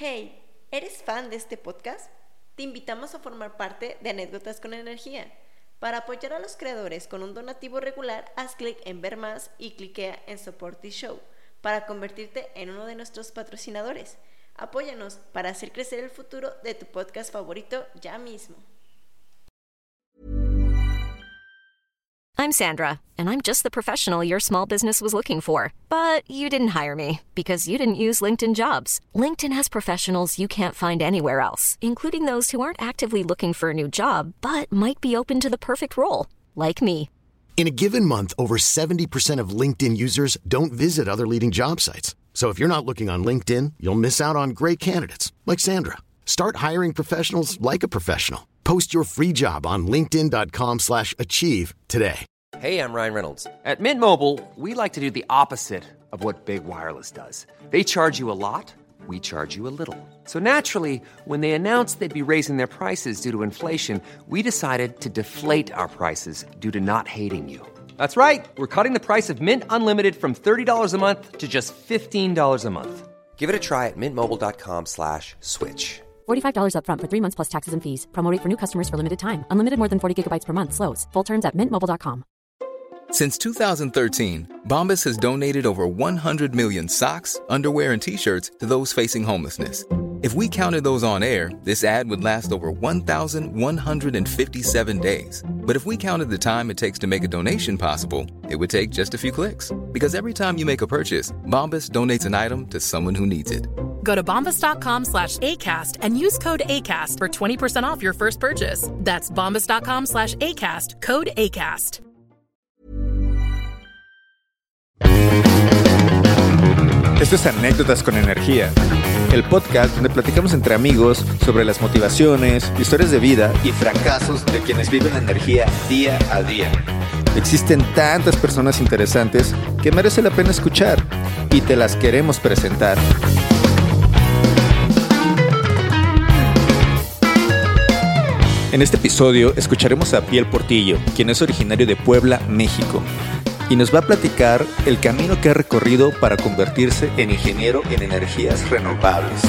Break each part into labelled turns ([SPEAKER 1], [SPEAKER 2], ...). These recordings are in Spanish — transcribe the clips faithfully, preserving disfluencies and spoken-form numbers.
[SPEAKER 1] Hey, ¿eres fan de este podcast? Te invitamos a formar parte de Anécdotas con Energía. Para apoyar a los creadores con un donativo regular, haz clic en Ver Más y cliquea en Support This Show para convertirte en uno de nuestros patrocinadores. Apóyanos para hacer crecer el futuro de tu podcast favorito ya mismo.
[SPEAKER 2] I'm Sandra, and I'm just the professional your small business was looking for. But you didn't hire me because you didn't use LinkedIn Jobs. LinkedIn has professionals you can't find anywhere else, including those who aren't actively looking for a new job, but might be open to the perfect role, like me.
[SPEAKER 3] In a given month, over seventy percent of LinkedIn users don't visit other leading job sites. So if you're not looking on LinkedIn, you'll miss out on great candidates like Sandra. Start hiring professionals like a professional. Post your free job on linkedin.com slash achieve today.
[SPEAKER 4] Hey, I'm Ryan Reynolds. At Mint Mobile, we like to do the opposite of what Big Wireless does. They charge you a lot, we charge you a little. So naturally, when they announced they'd be raising their prices due to inflation, we decided to deflate our prices due to not hating you. That's right. We're cutting the price of Mint Unlimited from thirty dollars a month to just fifteen dollars a month. Give it a try at mintmobile.com slash switch.
[SPEAKER 5] forty-five dollars up front for three months plus taxes and fees. Promo rate for new customers for limited time. Unlimited more than forty gigabytes per month slows. Full terms at mint mobile dot com.
[SPEAKER 6] Since two thousand thirteen, Bombas has donated over one hundred million socks, underwear, and T-shirts to those facing homelessness. If we counted those on air, this ad would last over one thousand one hundred fifty-seven days. But if we counted the time it takes to make a donation possible, it would take just a few clicks. Because every time you make a purchase, Bombas donates an item to someone who needs it.
[SPEAKER 7] Go to bombas.com slash ACAST and use code ACAST for twenty percent off your first purchase. That's bombas.com slash ACAST, code ACAST.
[SPEAKER 8] Esto es Anécdotas con Energía, el podcast donde platicamos entre amigos sobre las motivaciones, historias de vida y fracasos de quienes viven la energía día a día. Existen tantas personas interesantes que merece la pena escuchar y te las queremos presentar. En este episodio escucharemos a Abdiel Portillo, quien es originario de Puebla, México, y nos va a platicar el camino que ha recorrido para convertirse en ingeniero en energías renovables.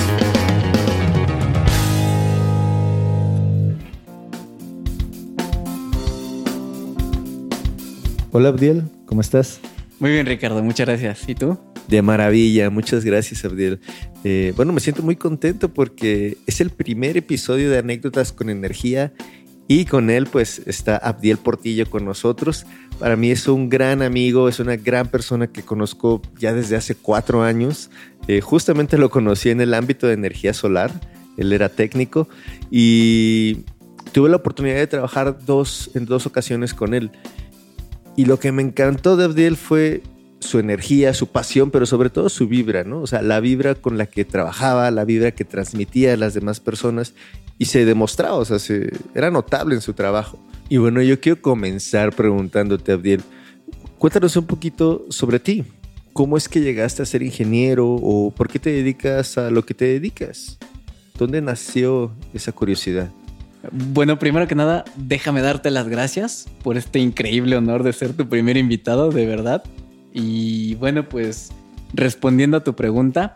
[SPEAKER 8] Hola Abdiel, ¿cómo estás?
[SPEAKER 9] Muy bien, Ricardo, muchas gracias. ¿Y tú?
[SPEAKER 8] De maravilla, muchas gracias, Abdiel. Eh, bueno, me siento muy contento porque es el primer episodio de Anécdotas con Energía y con él pues está Abdiel Portillo con nosotros. Para mí es un gran amigo, es una gran persona que conozco ya desde hace cuatro años. Eh, justamente lo conocí en el ámbito de energía solar, él era técnico y tuve la oportunidad de trabajar dos, en dos ocasiones con él. Y lo que me encantó de Abdiel fue su energía, su pasión, pero sobre todo su vibra, ¿no? O sea, la vibra con la que trabajaba, la vibra que transmitía a las demás personas y se demostraba, o sea, se, era notable en su trabajo. Y bueno, yo quiero comenzar preguntándote, Abdiel, cuéntanos un poquito sobre ti. ¿Cómo es que llegaste a ser ingeniero o por qué te dedicas a lo que te dedicas? ¿Dónde nació esa curiosidad?
[SPEAKER 9] Bueno, primero que nada, déjame darte las gracias por este increíble honor de ser tu primer invitado, de verdad. Y bueno, pues respondiendo a tu pregunta,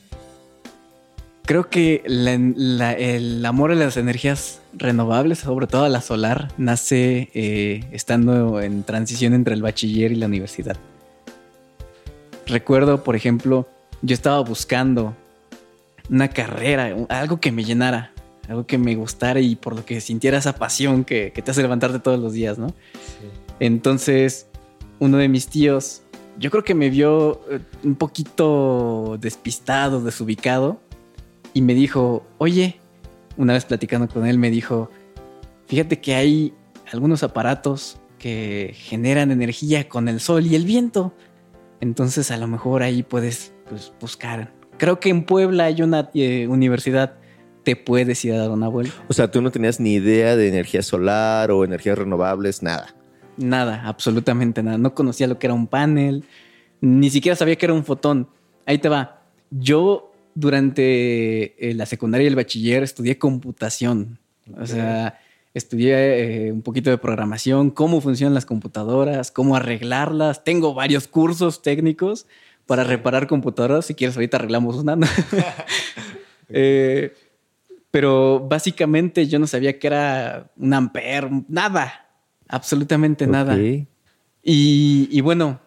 [SPEAKER 9] creo que la, la, el amor a las energías renovables, sobre todo a la solar, nace eh, estando en transición entre el bachiller y la universidad. Recuerdo, por ejemplo, yo estaba buscando una carrera, algo que me llenara, algo que me gustara y por lo que sintiera esa pasión que, que te hace levantarte todos los días, ¿no? Sí. Entonces, uno de mis tíos, yo creo que me vio un poquito despistado, desubicado, y me dijo, oye, una vez platicando con él, me dijo, fíjate que hay algunos aparatos que generan energía con el sol y el viento. Entonces, a lo mejor ahí puedes pues, buscar. Creo que en Puebla hay una eh, universidad, te puedes ir a dar una vuelta.
[SPEAKER 8] O sea, tú no tenías ni idea de energía solar o energías renovables, nada.
[SPEAKER 9] Nada, absolutamente nada. No conocía lo que era un panel, ni siquiera sabía que era un fotón. Ahí te va. Yo durante la secundaria y el bachiller estudié computación. Okay. O sea, estudié eh, un poquito de programación, cómo funcionan las computadoras, cómo arreglarlas. Tengo varios cursos técnicos para reparar computadoras. Si quieres, ahorita arreglamos una. Eh, pero básicamente yo no sabía que era un ampere, nada, absolutamente nada.
[SPEAKER 8] Okay.
[SPEAKER 9] Y, y bueno,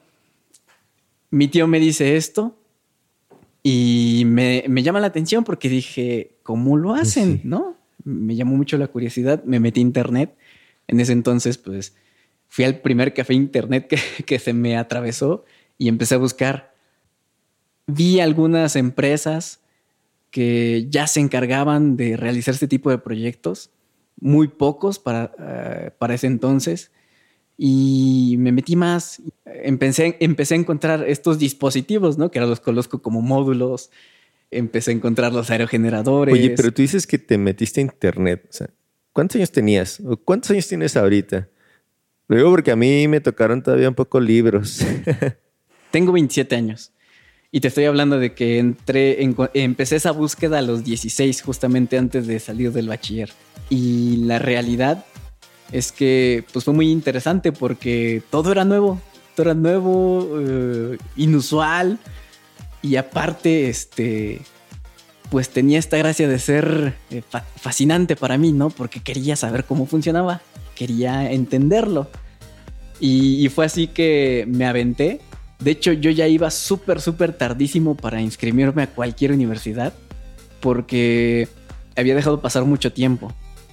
[SPEAKER 9] mi tío me dice esto y me, me llama la atención porque dije, ¿cómo lo hacen? Sí. ¿No? Me llamó mucho la curiosidad, me metí a internet. En ese entonces, pues, fui al primer café internet que, que se me atravesó y empecé a buscar. Vi algunas empresas que ya se encargaban de realizar este tipo de proyectos, muy pocos para, uh, para ese entonces, y me metí más. Empecé, empecé a encontrar estos dispositivos, ¿no? Que ahora los conozco como módulos. Empecé a encontrar los aerogeneradores.
[SPEAKER 8] Oye, pero tú dices que te metiste a internet. O sea, ¿cuántos años tenías? ¿O cuántos años tienes ahorita? Lo digo porque a mí me tocaron todavía un poco libros.
[SPEAKER 9] Tengo veintisiete años. Y te estoy hablando de que entré en, empecé esa búsqueda a los dieciséis, justamente antes de salir del bachiller. Y la realidad es que pues, fue muy interesante porque todo era nuevo. Todo era nuevo, eh, inusual. Y aparte, este, pues tenía esta gracia de ser eh, fa- fascinante para mí, ¿no? Porque quería saber cómo funcionaba. Quería entenderlo. Y, y fue así que me aventé. De hecho, yo ya iba súper, súper tardísimo para inscribirme a cualquier universidad porque había dejado pasar mucho tiempo.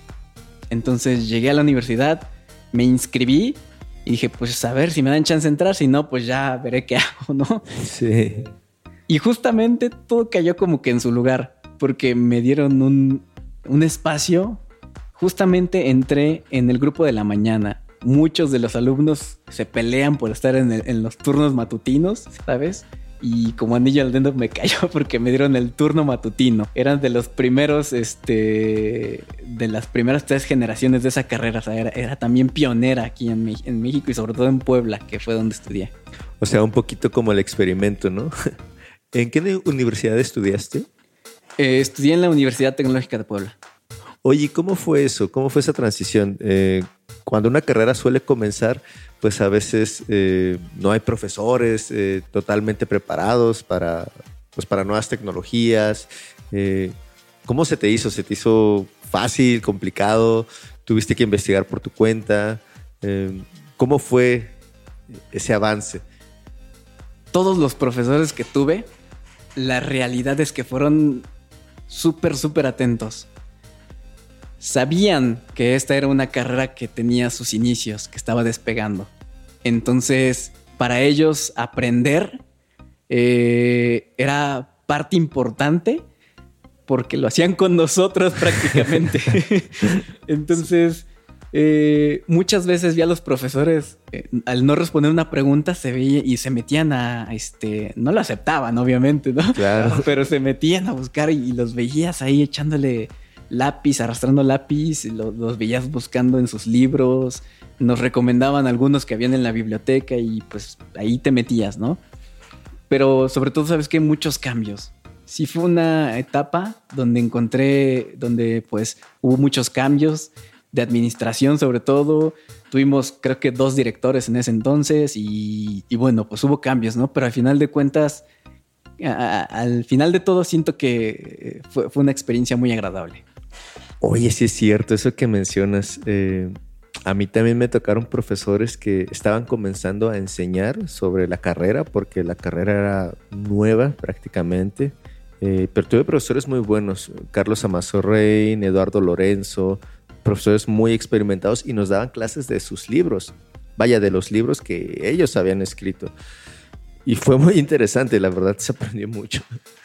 [SPEAKER 9] Entonces llegué a la universidad, me inscribí y dije, pues a ver si me dan chance de entrar. Si no, pues ya veré qué hago, ¿no?
[SPEAKER 8] Sí.
[SPEAKER 9] Y justamente todo cayó como que en su lugar porque me dieron un, un espacio. Justamente entré en el grupo de la mañana. Muchos de los alumnos se pelean por estar en, el, en los turnos matutinos, ¿sabes? Y como anillo al dedo me cayó porque me dieron el turno matutino. Eran de los primeros, este, de las primeras tres generaciones de esa carrera. O sea, era, era también pionera aquí en, en México y sobre todo en Puebla, que fue donde estudié.
[SPEAKER 8] O sea, un poquito como el experimento, ¿no? ¿En qué universidad estudiaste?
[SPEAKER 9] Eh, estudié en la Universidad Tecnológica de Puebla.
[SPEAKER 8] Oye, ¿cómo fue eso? ¿Cómo fue esa transición? Eh, cuando una carrera suele comenzar, pues a veces eh, no hay profesores eh, totalmente preparados para, pues para nuevas tecnologías. Eh, ¿Cómo se te hizo? ¿Se te hizo fácil, complicado? ¿Tuviste que investigar por tu cuenta? Eh, ¿Cómo fue ese avance?
[SPEAKER 9] Todos los profesores que tuve, la realidad es que fueron súper, súper atentos. Sabían que esta era una carrera que tenía sus inicios, que estaba despegando. Entonces, para ellos aprender eh, era parte importante porque lo hacían con nosotros prácticamente. Entonces, eh, muchas veces vi a los profesores, eh, al no responder una pregunta, se veía y se metían a, este, no lo aceptaban, obviamente, ¿no?
[SPEAKER 8] Claro.
[SPEAKER 9] Pero se metían a buscar y, y los veías ahí echándole lápiz, arrastrando lápiz, los, los veías buscando en sus libros, nos recomendaban algunos que habían en la biblioteca y pues ahí te metías, ¿no? Pero sobre todo, ¿sabes qué? Muchos cambios. Sí fue una etapa donde encontré, donde pues hubo muchos cambios de administración sobre todo. Tuvimos creo que dos directores en ese entonces y, y bueno, pues hubo cambios, ¿no? Pero al final de cuentas, a, al final de todo siento que fue, fue una experiencia muy agradable.
[SPEAKER 8] Oye, sí es cierto, eso que mencionas. Eh, a mí también me tocaron profesores que estaban comenzando a enseñar sobre la carrera, porque la carrera era nueva prácticamente. Eh, pero tuve profesores muy buenos, Carlos Amazorrein, Eduardo Lorenzo, profesores muy experimentados y nos daban clases de sus libros. Vaya, de los libros que ellos habían escrito. Y fue muy interesante, la verdad, se aprendió mucho.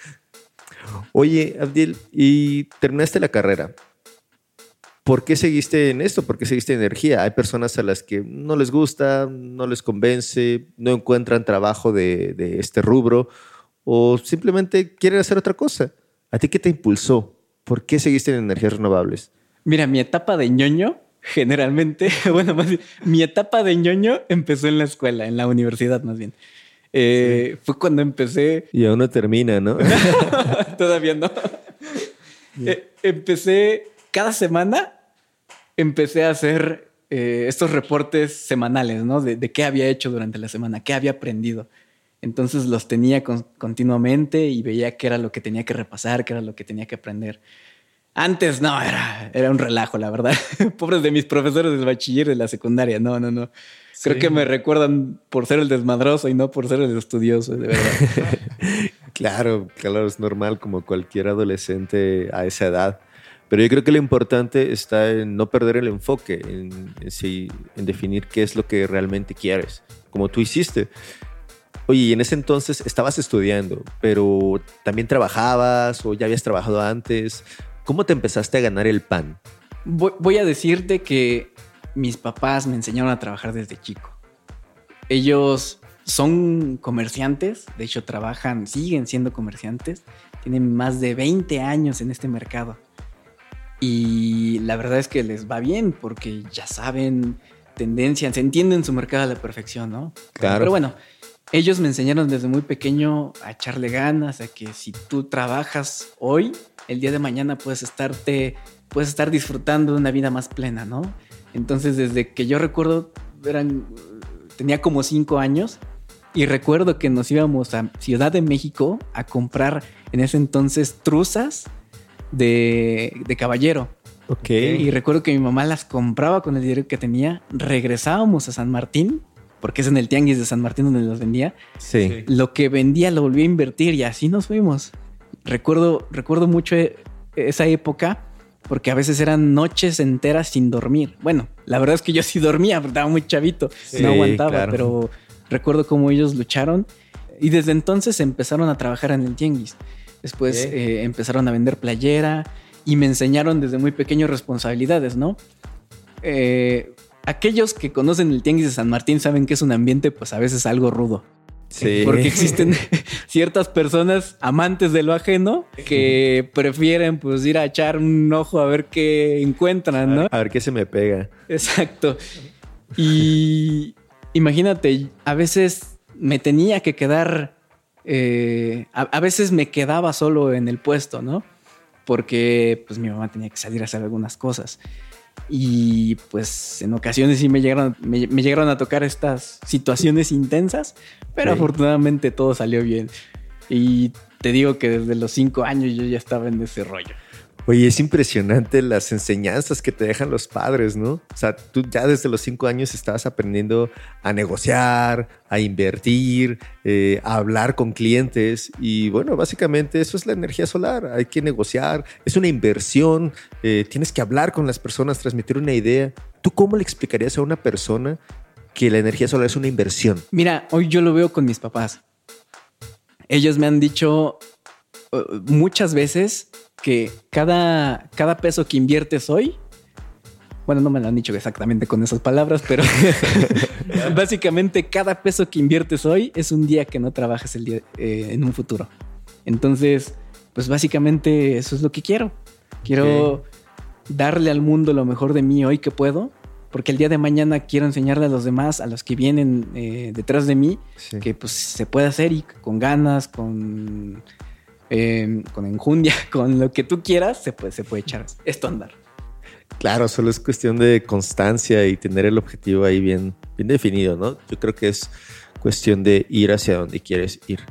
[SPEAKER 8] Oye, Abdiel, y terminaste la carrera. ¿Por qué seguiste en esto? ¿Por qué seguiste en energía? Hay personas a las que no les gusta, no les convence, no encuentran trabajo de, de este rubro o simplemente quieren hacer otra cosa. ¿A ti qué te impulsó? ¿Por qué seguiste en energías renovables?
[SPEAKER 9] Mira, mi etapa de ñoño, generalmente, bueno, más bien, mi etapa de ñoño empezó en la escuela, en la universidad más bien. Eh, sí. Fue cuando empecé...
[SPEAKER 8] Y aún no termina, ¿no?
[SPEAKER 9] Todavía no. Eh, empecé cada semana, empecé a hacer eh, estos reportes semanales, ¿no? De, de qué había hecho durante la semana, qué había aprendido. Entonces los tenía con, continuamente y veía qué era lo que tenía que repasar, qué era lo que tenía que aprender. Antes no, era, era un relajo, la verdad. Pobres de mis profesores del bachiller, de la secundaria. No, no, no. Creo sí. que me recuerdan por ser el desmadroso y no por ser el estudioso, de verdad.
[SPEAKER 8] Claro, claro, es normal como cualquier adolescente a esa edad. Pero yo creo que lo importante está en no perder el enfoque, en, en, sí, en definir qué es lo que realmente quieres, como tú hiciste. Oye, y en ese entonces estabas estudiando, pero también trabajabas o ya habías trabajado antes. ¿Cómo te empezaste a ganar el pan?
[SPEAKER 9] Voy, voy a decirte que mis papás me enseñaron a trabajar desde chico. Ellos son comerciantes, de hecho trabajan, siguen siendo comerciantes. Tienen más de veinte años en este mercado. Y la verdad es que les va bien porque ya saben tendencias, se entienden su mercado a la perfección, ¿no?
[SPEAKER 8] Claro.
[SPEAKER 9] Pero bueno, ellos me enseñaron desde muy pequeño a echarle ganas, a que si tú trabajas hoy, el día de mañana puedes estarte, puedes estar disfrutando de una vida más plena, ¿no? Entonces, desde que yo recuerdo, eran, tenía como cinco años y recuerdo que nos íbamos a Ciudad de México a comprar en ese entonces truzas de, de caballero.
[SPEAKER 8] Ok.
[SPEAKER 9] Y recuerdo que mi mamá las compraba con el dinero que tenía. Regresábamos a San Martín, porque es en el tianguis de San Martín donde los vendía.
[SPEAKER 8] Sí.
[SPEAKER 9] Lo que vendía lo volví a invertir y así nos fuimos. Recuerdo, recuerdo mucho esa época porque a veces eran noches enteras sin dormir. Bueno, la verdad es que yo sí dormía porque estaba muy chavito. Sí, no aguantaba, claro. Pero recuerdo cómo ellos lucharon y desde entonces empezaron a trabajar en el tianguis. Después okay. eh, empezaron a vender playera y me enseñaron desde muy pequeño responsabilidades, ¿no? Eh, aquellos que conocen el tianguis de San Martín saben que es un ambiente pues a veces algo rudo.
[SPEAKER 8] Sí.
[SPEAKER 9] Porque existen ciertas personas amantes de lo ajeno que prefieren pues ir a echar un ojo a ver qué encuentran, ¿no?
[SPEAKER 8] A ver qué se me pega.
[SPEAKER 9] Exacto. Y imagínate, a veces me tenía que quedar... Eh, a, a veces me quedaba solo en el puesto, ¿no? Porque pues mi mamá tenía que salir a hacer algunas cosas. Y pues en ocasiones sí me llegaron, me, me llegaron a tocar estas situaciones intensas, pero sí. Afortunadamente todo salió bien. Y te digo que desde los cinco años yo ya estaba en ese rollo.
[SPEAKER 8] Oye, es impresionante las enseñanzas que te dejan los padres, ¿no? O sea, tú ya desde los cinco años estabas aprendiendo a negociar, a invertir, eh, a hablar con clientes. Y bueno, básicamente eso es la energía solar. Hay que negociar, es una inversión. Eh, tienes que hablar con las personas, transmitir una idea. ¿Tú cómo le explicarías a una persona que la energía solar es una inversión?
[SPEAKER 9] Mira, hoy yo lo veo con mis papás. Ellos me han dicho uh, muchas veces que cada, cada peso que inviertes hoy, bueno, no me lo han dicho exactamente con esas palabras, pero básicamente cada peso que inviertes hoy es un día que no trabajas el día, eh, en un futuro. Entonces, pues básicamente eso es lo que quiero. Quiero okay. darle al mundo lo mejor de mí hoy que puedo, porque el día de mañana quiero enseñarle a los demás, a los que vienen eh, detrás de mí, sí. que pues se puede hacer y con ganas, con... Eh, con enjundia, con lo que tú quieras, se puede, se puede echar esto a andar.
[SPEAKER 8] Claro, solo es cuestión de constancia y tener el objetivo ahí bien, bien definido, ¿no? Yo creo que es cuestión de ir hacia donde quieres ir.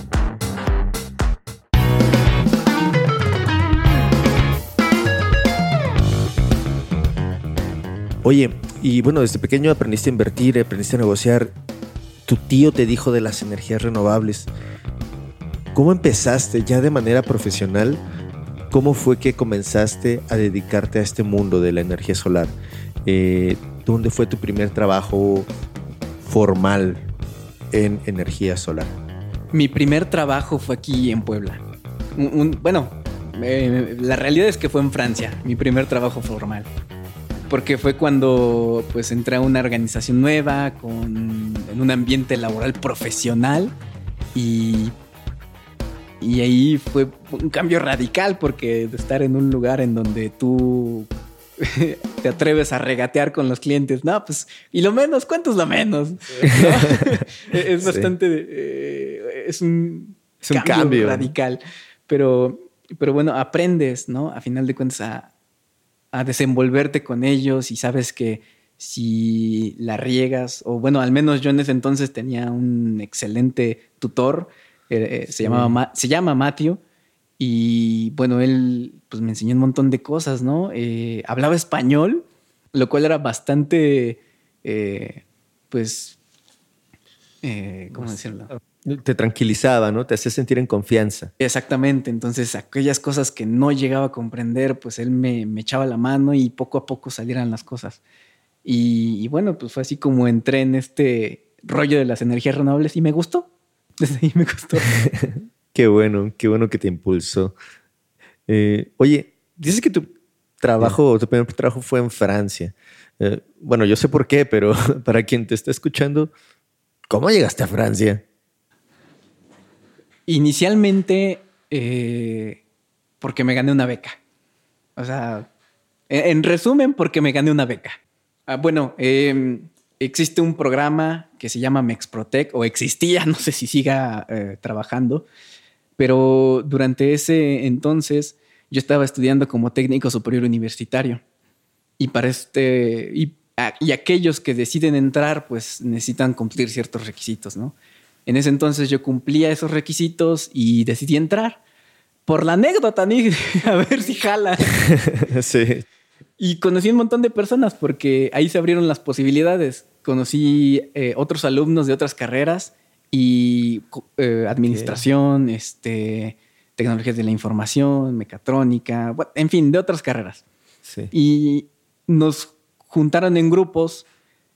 [SPEAKER 8] Oye, y bueno, desde pequeño aprendiste a invertir, aprendiste a negociar. Tu tío te dijo de las energías renovables. ¿Cómo empezaste ya de manera profesional? ¿Cómo fue que comenzaste a dedicarte a este mundo de la energía solar? Eh, ¿Dónde fue tu primer trabajo formal en energía solar?
[SPEAKER 9] Mi primer trabajo fue aquí en Puebla. Un, un, bueno, eh, la realidad es que fue en Francia, mi primer trabajo formal. Porque fue cuando pues entré a una organización nueva, con, en un ambiente laboral profesional y... Y ahí fue un cambio radical porque de estar en un lugar en donde tú te atreves a regatear con los clientes, no, pues, y lo menos, ¿cuánto es lo menos? ¿No? Es bastante, sí. eh, es un,
[SPEAKER 8] es un
[SPEAKER 9] cambio,
[SPEAKER 8] cambio
[SPEAKER 9] radical. Pero, pero bueno, aprendes, ¿no? A final de cuentas a, a desenvolverte con ellos y sabes que si la riegas, o bueno, al menos yo en ese entonces tenía un excelente tutor, eh, se,
[SPEAKER 8] Sí.
[SPEAKER 9] llamaba Ma- se llama Matthew, y bueno, él pues me enseñó un montón de cosas, ¿no? Eh, hablaba español, lo cual era bastante, eh, pues, eh, ¿cómo decirlo?
[SPEAKER 8] Te tranquilizaba, ¿no? Te hacía sentir en confianza.
[SPEAKER 9] Exactamente, entonces aquellas cosas que no llegaba a comprender, pues él me, me echaba la mano y poco a poco salieran las cosas. Y, y bueno, pues fue así como entré en este rollo de las energías renovables y me gustó. Desde ahí me gustó.
[SPEAKER 8] Qué bueno, qué bueno que te impulsó. Eh, oye, dices que tu trabajo, tu primer trabajo fue en Francia. Eh, bueno, yo sé por qué, pero para quien te está escuchando, ¿cómo llegaste a Francia?
[SPEAKER 9] Inicialmente, eh, porque me gané una beca. O sea, en, en resumen, porque me gané una beca. Ah, bueno, eh, existe un programa que se llama Mexprotec, o existía, no sé si siga eh, trabajando, pero durante ese entonces yo estaba estudiando como técnico superior universitario. Y para este, y, a- y aquellos que deciden entrar, pues necesitan cumplir ciertos requisitos, ¿no? En ese entonces yo cumplía esos requisitos y decidí entrar. Por la anécdota, ni a ver si jala.
[SPEAKER 8] Sí.
[SPEAKER 9] Y conocí un montón de personas porque ahí se abrieron las posibilidades. Conocí eh, otros alumnos de otras carreras y co- eh, administración, este, tecnologías de la información, mecatrónica, bueno, en fin, de otras carreras.
[SPEAKER 8] Sí.
[SPEAKER 9] Y nos juntaron en grupos.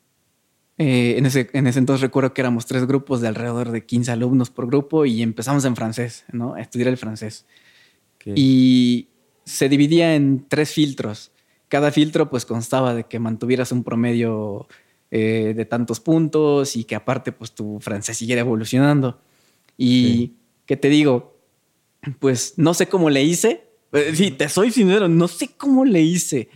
[SPEAKER 9] Eh, en, ese, en ese entonces recuerdo que éramos tres grupos de alrededor de quince alumnos por grupo y empezamos en francés, ¿no? A estudiar el francés.
[SPEAKER 8] Ok.
[SPEAKER 9] Y se dividía en tres filtros. Cada filtro pues constaba de que mantuvieras un promedio eh, de tantos puntos y que aparte pues tu francés siguiera evolucionando. Y
[SPEAKER 8] Sí.
[SPEAKER 9] ¿qué te digo? Pues no sé cómo le hice. Eh, Sí, te soy sincero, no sé cómo le hice.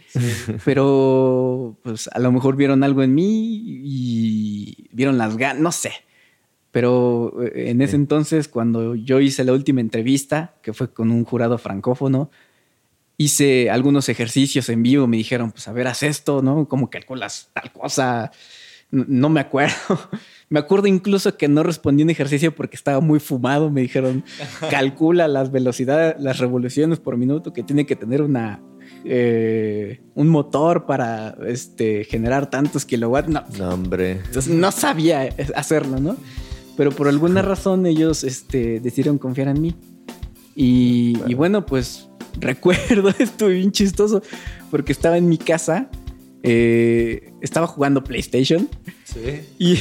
[SPEAKER 9] Pero pues a lo mejor vieron algo en mí y vieron las ganas, no sé. Pero eh, en ese
[SPEAKER 8] Sí.
[SPEAKER 9] entonces, cuando yo hice la última entrevista, que fue con un jurado francófono, hice algunos ejercicios en vivo. Me dijeron, pues a ver, haz esto, ¿no? ¿Cómo calculas tal cosa? N- No me acuerdo. Me acuerdo incluso que no respondí un ejercicio porque estaba muy fumado. Me dijeron, calcula las velocidades, las revoluciones por minuto que tiene que tener una, eh, un motor para este, generar tantos kilowatts. No,
[SPEAKER 8] No, hombre.
[SPEAKER 9] entonces no sabía hacerlo, ¿no? Pero por alguna razón ellos este, decidieron confiar en mí. Y, y bueno, pues recuerdo, esto bien chistoso, porque estaba en mi casa, eh, estaba jugando PlayStation.
[SPEAKER 8] Sí.
[SPEAKER 9] Y,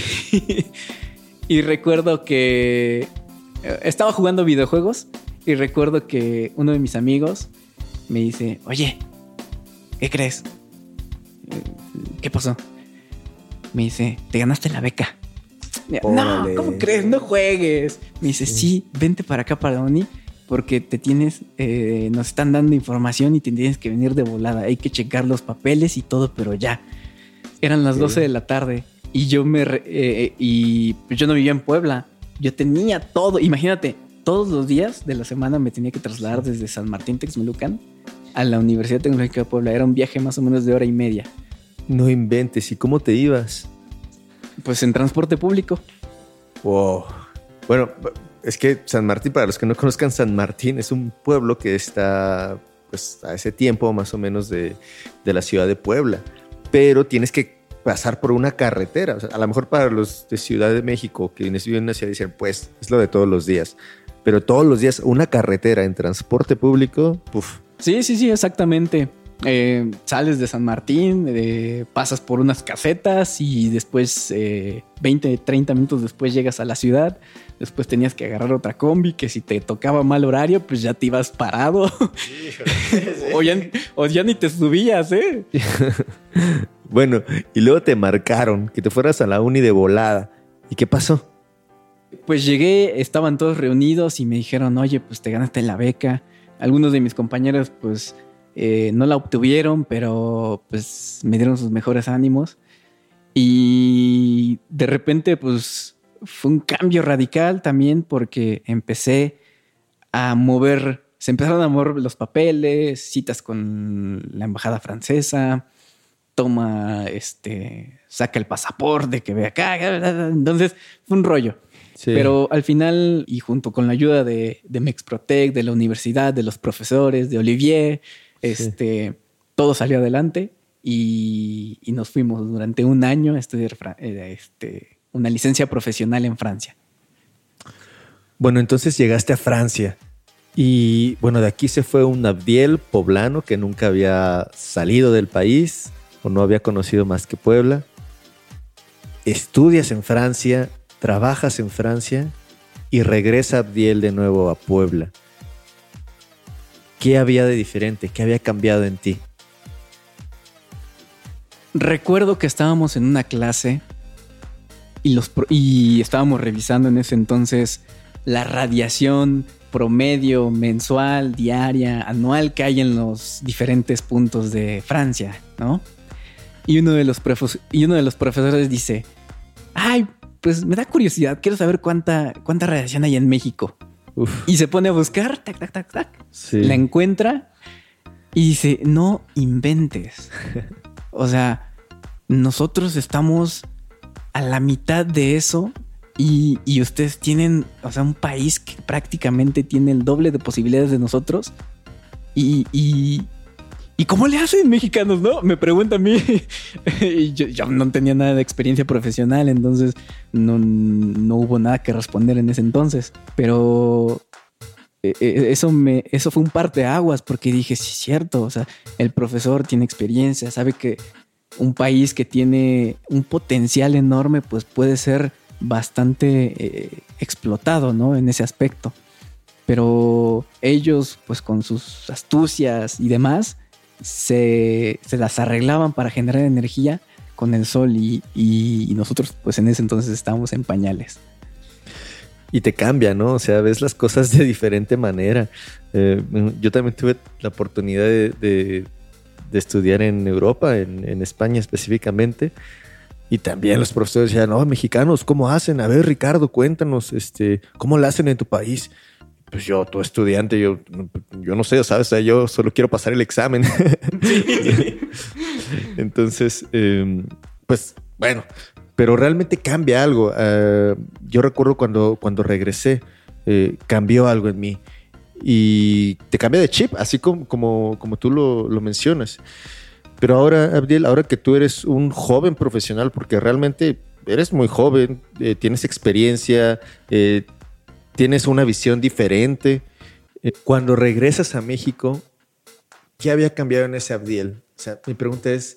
[SPEAKER 9] y recuerdo que eh, estaba jugando videojuegos y recuerdo que uno de mis amigos me dice, oye, ¿qué crees? Eh, ¿Qué pasó? Me dice, te ganaste la beca. No,
[SPEAKER 8] Órale.
[SPEAKER 9] ¿cómo crees? No juegues. Me dice, sí, vente para acá, para Oni, porque te tienes, eh, nos están dando información y te tienes que venir de volada. Hay que checar los papeles y todo, pero ya. Eran las
[SPEAKER 8] Ok.
[SPEAKER 9] doce de la tarde y yo me re- eh, y pues yo no vivía en Puebla. Yo tenía todo. Imagínate, todos los días de la semana me tenía que trasladar desde San Martín Texmelucan a la Universidad Tecnológica de Puebla. Era un viaje más o menos de hora y media.
[SPEAKER 8] No inventes. ¿Y cómo te ibas?
[SPEAKER 9] Pues en transporte público.
[SPEAKER 8] Wow. Bueno, es que San Martín, para los que no conozcan, San Martín es un pueblo que está pues a ese tiempo más o menos de, de la ciudad de Puebla, pero tienes que pasar por una carretera. O sea, a lo mejor para los de Ciudad de México que viven en una ciudad dicen, pues es lo de todos los días, pero todos los días una carretera en transporte público, puf.
[SPEAKER 9] Sí, sí, sí, exactamente. Eh, sales de San Martín, eh, pasas por unas casetas y después, eh, veinte, treinta minutos después llegas a la ciudad. Después tenías que agarrar otra combi que si te tocaba mal horario, pues ya te ibas parado. o, ya, o ya ni te subías, ¿eh?
[SPEAKER 8] Bueno, y luego te marcaron que te fueras a la uni de volada. ¿Y qué pasó?
[SPEAKER 9] Pues llegué, estaban todos reunidos y me dijeron, oye, pues te ganaste la beca. Algunos de mis compañeros, pues eh, no la obtuvieron, pero pues me dieron sus mejores ánimos. Y de repente, pues fue un cambio radical también porque empecé a mover, se empezaron a mover los papeles, citas con la embajada francesa, toma, este, saca el pasaporte, que ve acá. Entonces fue un rollo. Sí. Pero al final, y junto con la ayuda de, de Mexprotec, de la universidad, de los profesores, de Olivier, sí. este, todo salió adelante y, y nos fuimos durante un año a estudiar este, una licencia profesional en Francia.
[SPEAKER 8] Bueno, entonces llegaste a Francia y bueno, de aquí se fue un Abdiel poblano que nunca había salido del país o no había conocido más que Puebla. Estudias en Francia, trabajas en Francia y regresa Abdiel de nuevo a Puebla. ¿Qué había de diferente? ¿Qué había cambiado en ti?
[SPEAKER 9] Recuerdo que estábamos en una clase y, los, y estábamos revisando en ese entonces la radiación promedio mensual, diaria, anual que hay en los diferentes puntos de Francia, ¿no? Y uno de los, profes- y uno de los profesores dice, ay, pues me da curiosidad, quiero saber cuánta, cuánta radiación hay en México. Uf. Y se pone a buscar, tac, tac, tac, tac. Sí. La encuentra y dice, no inventes. O sea, nosotros estamos a la mitad de eso y, y ustedes tienen, o sea, un país que prácticamente tiene el doble de posibilidades de nosotros. Y, y, ¿y cómo le hacen mexicanos, no? Me pregunta a mí. Y yo, yo no tenía nada de experiencia profesional, entonces no, no hubo nada que responder en ese entonces. Pero eso, me, eso fue un parteaguas porque dije, sí es cierto, o sea, el profesor tiene experiencia, sabe que un país que tiene un potencial enorme, pues puede ser bastante eh, explotado, ¿no? En ese aspecto. Pero ellos, pues con sus astucias y demás, se, se las arreglaban para generar energía con el sol y, y, y nosotros, pues en ese entonces estábamos en pañales.
[SPEAKER 8] Y te cambia, ¿no? O sea, ves las cosas de diferente manera. Eh, yo también tuve la oportunidad de, de, de estudiar en Europa, en, en España específicamente. Y también los profesores decían, no, mexicanos, ¿cómo hacen? A ver, Ricardo, cuéntanos, este, ¿cómo lo hacen en tu país? Pues yo, tu estudiante, yo, yo no sé, ¿sabes? O sea, yo solo quiero pasar el examen. Sí. Entonces, eh, pues, bueno, pero realmente cambia algo. Uh, yo recuerdo cuando, cuando regresé, eh, cambió algo en mí. Y te cambia de chip, así como, como, como tú lo, lo mencionas. Pero ahora, Abdiel, ahora que tú eres un joven profesional, porque realmente eres muy joven, eh, tienes experiencia, eh, tienes una visión diferente. Eh, cuando regresas a México, ¿qué había cambiado en ese Abdiel? O sea, mi pregunta es,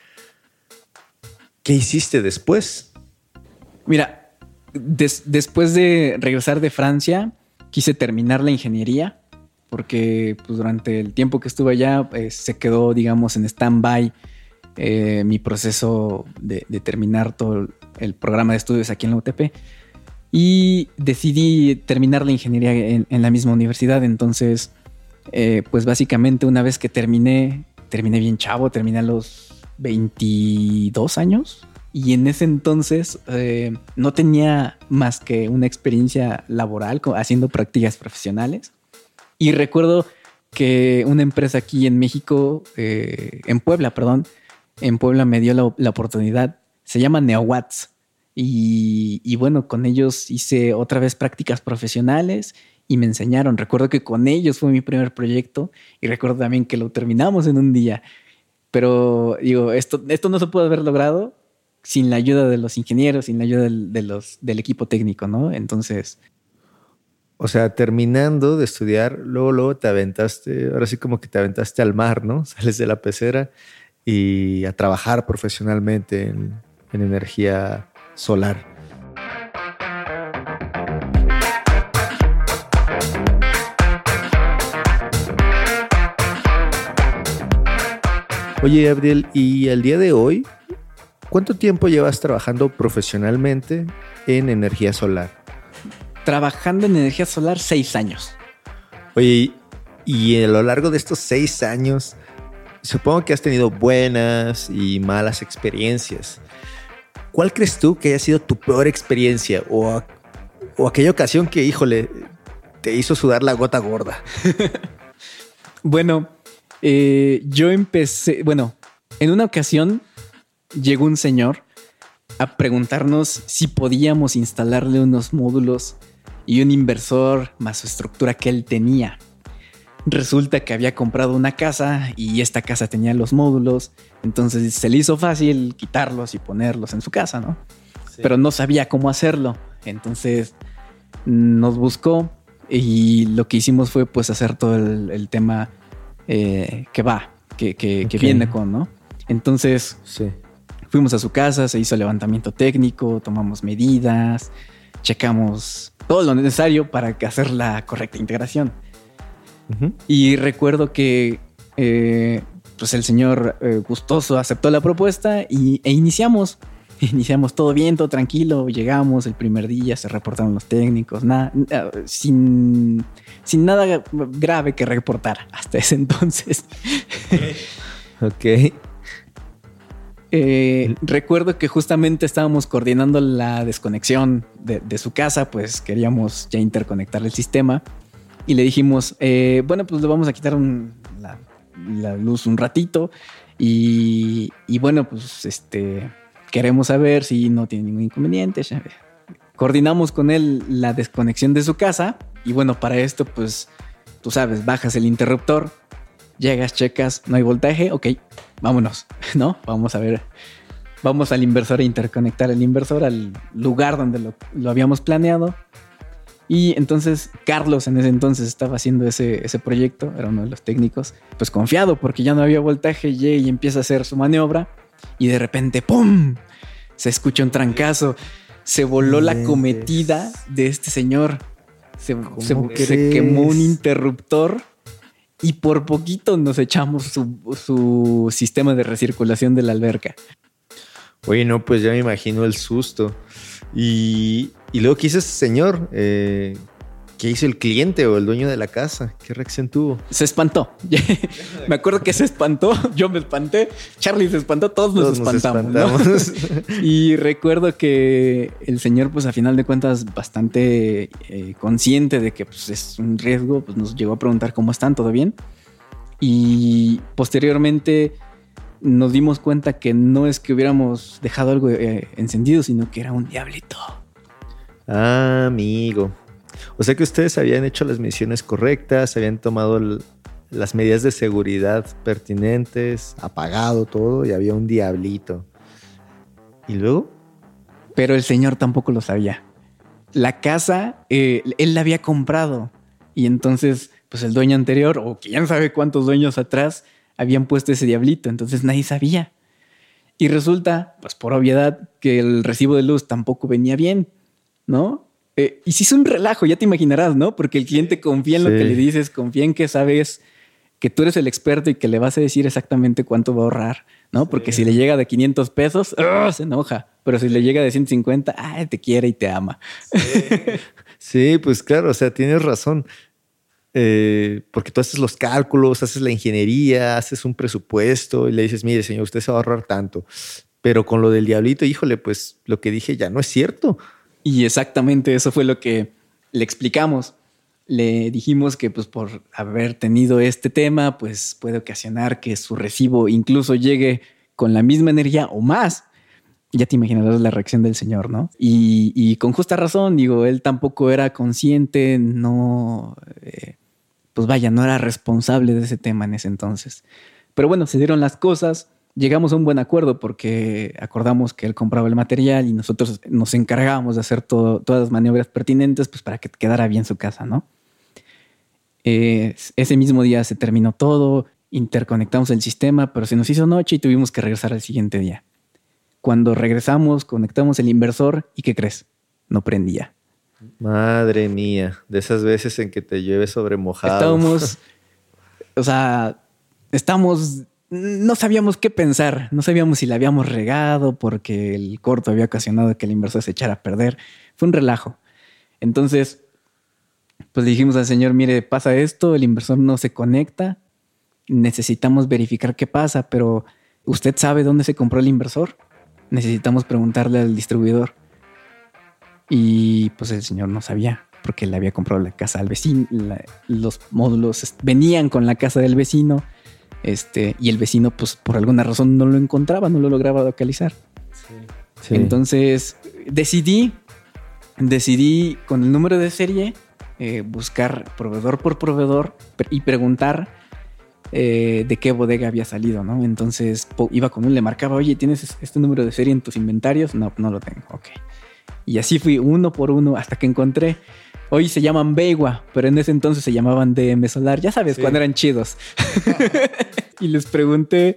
[SPEAKER 8] ¿qué hiciste después?
[SPEAKER 9] Mira, des- después de regresar de Francia, quise terminar la ingeniería porque pues, durante el tiempo que estuve allá eh, se quedó, digamos, en stand-by eh, mi proceso de, de terminar todo el programa de estudios aquí en la U T P. Y decidí terminar la ingeniería en, en la misma universidad. Entonces, eh, pues básicamente una vez que terminé, terminé bien chavo, terminé a los veintidós años. Y en ese entonces eh, no tenía más que una experiencia laboral haciendo prácticas profesionales. Y recuerdo que una empresa aquí en México, eh, en Puebla, perdón, en Puebla me dio la, la oportunidad. Se llama Neowatts. Y, y bueno, con ellos hice otra vez prácticas profesionales y me enseñaron. Recuerdo que con ellos fue mi primer proyecto y recuerdo también que lo terminamos en un día. Pero digo, esto, esto no se puede haber logrado sin la ayuda de los ingenieros, sin la ayuda del, de los, del equipo técnico, ¿no? Entonces...
[SPEAKER 8] O sea, terminando de estudiar, luego, luego te aventaste, ahora sí como que te aventaste al mar, ¿no? Sales de la pecera y a trabajar profesionalmente en, en energía solar. Oye, Abdiel, y al día de hoy, ¿cuánto tiempo llevas trabajando profesionalmente en energía solar?
[SPEAKER 9] Trabajando en energía solar seis años.
[SPEAKER 8] Oye, y a lo largo de estos seis años, supongo que has tenido buenas y malas experiencias. ¿Cuál crees tú que haya sido tu peor experiencia o, o aquella ocasión que, híjole, te hizo sudar la gota gorda?
[SPEAKER 9] Bueno, eh, yo empecé, bueno, en una ocasión llegó un señor a preguntarnos si podíamos instalarle unos módulos y un inversor más su estructura que él tenía. Resulta que había comprado una casa y esta casa tenía los módulos, entonces se le hizo fácil quitarlos y ponerlos en su casa, ¿no? Sí. Pero no sabía cómo hacerlo, entonces nos buscó y lo que hicimos fue pues hacer todo el, el tema eh, que va, que, que, okay. que viene con, ¿no? Entonces sí. fuimos a su casa, se hizo levantamiento técnico, tomamos medidas, checamos todo lo necesario para hacer la correcta integración. Uh-huh. Y recuerdo que eh, pues el señor eh, gustoso aceptó la propuesta y, e iniciamos. Iniciamos todo bien, todo tranquilo. Llegamos el primer día, se reportaron los técnicos, nada, sin, sin nada grave que reportar hasta ese entonces.
[SPEAKER 8] Ok.
[SPEAKER 9] Eh, recuerdo que justamente estábamos coordinando la desconexión de, de su casa, pues queríamos ya interconectar el sistema. Y le dijimos, eh, bueno, pues le vamos a quitar un, la, la luz un ratito. Y, y bueno, pues este, queremos saber si no tiene ningún inconveniente. Coordinamos con él la desconexión de su casa. Y bueno, para esto, pues, tú sabes, bajas el interruptor, llegas, checas, no hay voltaje, ok, vámonos, ¿no? Vamos a ver, vamos al inversor a interconectar el inversor al lugar donde lo, lo habíamos planeado. Y entonces Carlos en ese entonces estaba haciendo ese, ese proyecto, era uno de los técnicos, pues confiado porque ya no había voltaje, llega y empieza a hacer su maniobra y de repente ¡pum! Se escucha un trancazo, se voló la cometida de este señor, se, se, se quemó un interruptor y por poquito nos echamos su, su sistema de recirculación de la alberca.
[SPEAKER 8] Oye, no, pues ya me imagino el susto. Y, y luego, ¿qué hizo ese señor? Eh, ¿Qué hizo el cliente o el dueño de la casa? ¿Qué reacción tuvo?
[SPEAKER 9] Se espantó. Me acuerdo que se espantó. Yo me espanté. Charlie se espantó. Todos nos todos espantamos. Nos espantamos. ¿No? Y recuerdo que el señor, pues a final de cuentas, bastante eh, consciente de que pues, es un riesgo, pues nos llegó a preguntar cómo están, ¿todo bien? Y posteriormente nos dimos cuenta que no es que hubiéramos dejado algo eh, encendido, sino que era un diablito.
[SPEAKER 8] Ah, amigo. O sea que ustedes habían hecho las mediciones correctas, habían tomado el, las medidas de seguridad pertinentes, apagado todo y había un diablito. ¿Y luego?
[SPEAKER 9] Pero el señor tampoco lo sabía. La casa, eh, él la había comprado y entonces, pues el dueño anterior, o quién sabe cuántos dueños atrás, habían puesto ese diablito, entonces nadie sabía. Y resulta, pues por obviedad, que el recibo de luz tampoco venía bien, ¿no? Eh, y si es un relajo, ya te imaginarás, ¿no? Porque el cliente confía en sí. lo que le dices, confía en que sabes que tú eres el experto y que le vas a decir exactamente cuánto va a ahorrar, ¿no? Sí. Porque si le llega de quinientos pesos, ¡oh! Se enoja. Pero si le llega de ciento cincuenta, ¡ay! Te quiere y te ama.
[SPEAKER 8] Sí, sí, pues claro, o sea, tienes razón. Eh, porque tú haces los cálculos, haces la ingeniería, haces un presupuesto y le dices, mire, señor, usted se va a ahorrar tanto. Pero con lo del diablito, híjole, pues lo que dije ya no es cierto.
[SPEAKER 9] Y exactamente eso fue lo que le explicamos. Le dijimos que pues por haber tenido este tema, pues puede ocasionar que su recibo incluso llegue con la misma energía o más. Ya te imaginarás la reacción del señor, ¿no? Y, y con justa razón, digo, él tampoco era consciente, no, eh, pues vaya, no era responsable de ese tema en ese entonces. Pero bueno, se dieron las cosas, llegamos a un buen acuerdo porque acordamos que él compraba el material y nosotros nos encargábamos de hacer todo, todas las maniobras pertinentes pues para que quedara bien su casa, ¿no? Eh, ese mismo día se terminó todo, interconectamos el sistema, pero se nos hizo noche y tuvimos que regresar al siguiente día. Cuando regresamos, conectamos el inversor y ¿qué crees? No prendía.
[SPEAKER 8] Madre mía, de esas veces en que te llueve sobre mojado.
[SPEAKER 9] Estábamos, o sea, estamos, no sabíamos qué pensar, no sabíamos si la habíamos regado porque el corto había ocasionado que el inversor se echara a perder. Fue un relajo. Entonces, pues le dijimos al señor, mire, pasa esto, el inversor no se conecta, necesitamos verificar qué pasa, pero ¿usted sabe dónde se compró el inversor? Necesitamos preguntarle al distribuidor. Y pues el señor no sabía porque le había comprado la casa al vecino. La, los módulos venían con la casa del vecino. Este, y el vecino, pues por alguna razón no lo encontraba, no lo lograba localizar. Sí. Sí. Entonces decidí, decidí con el número de serie eh, buscar proveedor por proveedor y preguntar eh, de qué bodega había salido, ¿no? Entonces po- iba con él, le marcaba, oye, ¿tienes este número de serie en tus inventarios? No, no lo tengo, ok. Y así fui uno por uno hasta que encontré. Hoy se llaman Beiwa, pero en ese entonces se llamaban D M Solar. Ya sabes, sí. Cuando eran chidos. Y les pregunté.